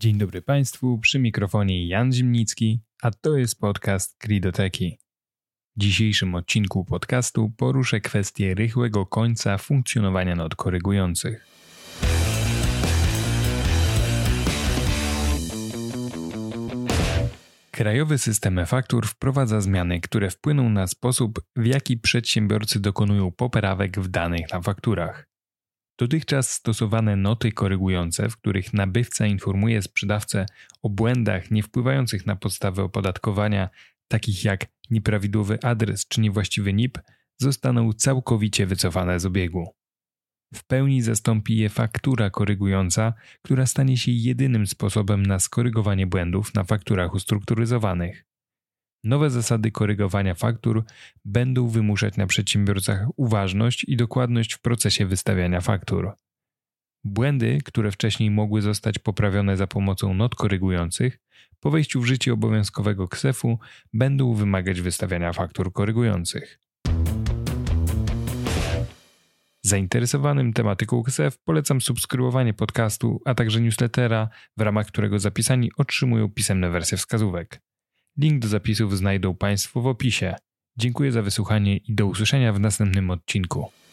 Dzień dobry Państwu, przy mikrofonie Jan Zimnicki, a to jest podcast Cridoteki. W dzisiejszym odcinku podcastu poruszę kwestię rychłego końca funkcjonowania not korygujących. Krajowy system e-faktur wprowadza zmiany, które wpłyną na sposób, w jaki przedsiębiorcy dokonują poprawek w danych na fakturach. Dotychczas stosowane noty korygujące, w których nabywca informuje sprzedawcę o błędach nie wpływających na podstawę opodatkowania, takich jak nieprawidłowy adres czy niewłaściwy NIP, zostaną całkowicie wycofane z obiegu. W pełni zastąpi je faktura korygująca, która stanie się jedynym sposobem na skorygowanie błędów na fakturach ustrukturyzowanych. Nowe zasady korygowania faktur będą wymuszać na przedsiębiorcach uważność i dokładność w procesie wystawiania faktur. Błędy, które wcześniej mogły zostać poprawione za pomocą not korygujących, po wejściu w życie obowiązkowego KSeF-u będą wymagać wystawiania faktur korygujących. Zainteresowanym tematyką KSeF polecam subskrybowanie podcastu, a także newslettera, w ramach którego zapisani otrzymują pisemne wersje wskazówek. Link do zapisów znajdą Państwo w opisie. Dziękuję za wysłuchanie i do usłyszenia w następnym odcinku.